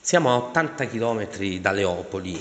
Siamo a 80 km da Leopoli,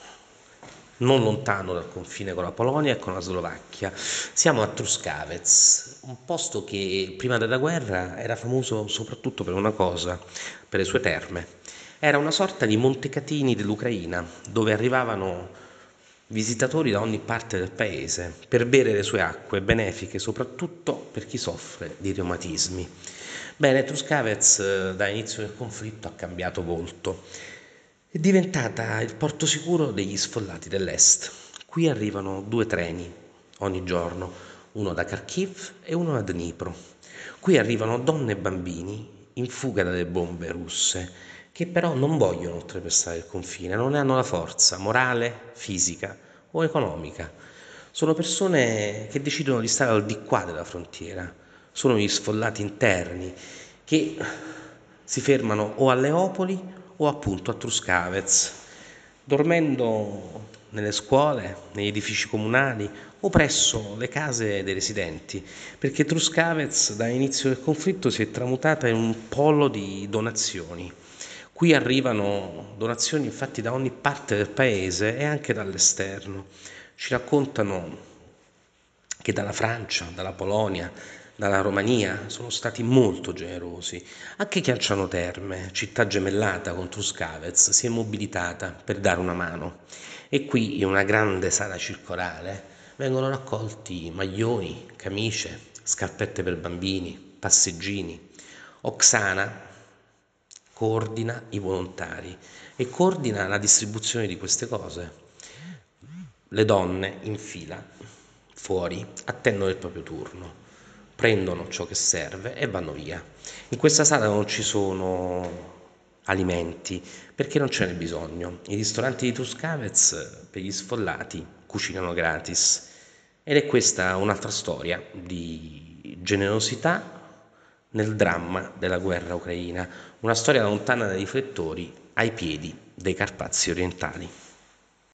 non lontano dal confine con la Polonia e con la Slovacchia. Siamo a Truskavec, un posto che prima della guerra era famoso soprattutto per una cosa, per le sue terme. Era una sorta di Montecatini dell'Ucraina, dove arrivavano visitatori da ogni parte del paese per bere le sue acque benefiche soprattutto per chi soffre di reumatismi. Bene, Truskavec da inizio del conflitto ha cambiato volto. È diventata il porto sicuro degli sfollati dell'est. Qui arrivano 2 treni ogni giorno, uno da Kharkiv e uno da Dnipro. Qui arrivano donne e bambini in fuga dalle bombe russe, che però non vogliono oltrepassare il confine, non ne hanno la forza morale, fisica o economica. Sono persone che decidono di stare al di qua della frontiera, sono gli sfollati interni che si fermano o a Leopoli o appunto a Truskavec, dormendo nelle scuole, negli edifici comunali o presso le case dei residenti, perché Truskavec dall'inizio del conflitto si è tramutata in un polo di donazioni. Qui arrivano donazioni infatti da ogni parte del paese e anche dall'esterno. Ci raccontano che dalla Francia, dalla Polonia, dalla Romania sono stati molto generosi. Anche Chianciano Terme, città gemellata con Truskavec, si è mobilitata per dare una mano. E qui, in una grande sala circolare, vengono raccolti maglioni, camicie, scarpette per bambini, passeggini. Oksana coordina i volontari e coordina la distribuzione di queste cose. Le donne in fila, fuori, attendono il proprio turno, prendono ciò che serve e vanno via. In questa sala non ci sono alimenti perché non ce n'è bisogno. I ristoranti di Truskavec per gli sfollati cucinano gratis ed è questa un'altra storia di generosità nel dramma della guerra ucraina, una storia lontana dai riflettori ai piedi dei Carpazi orientali.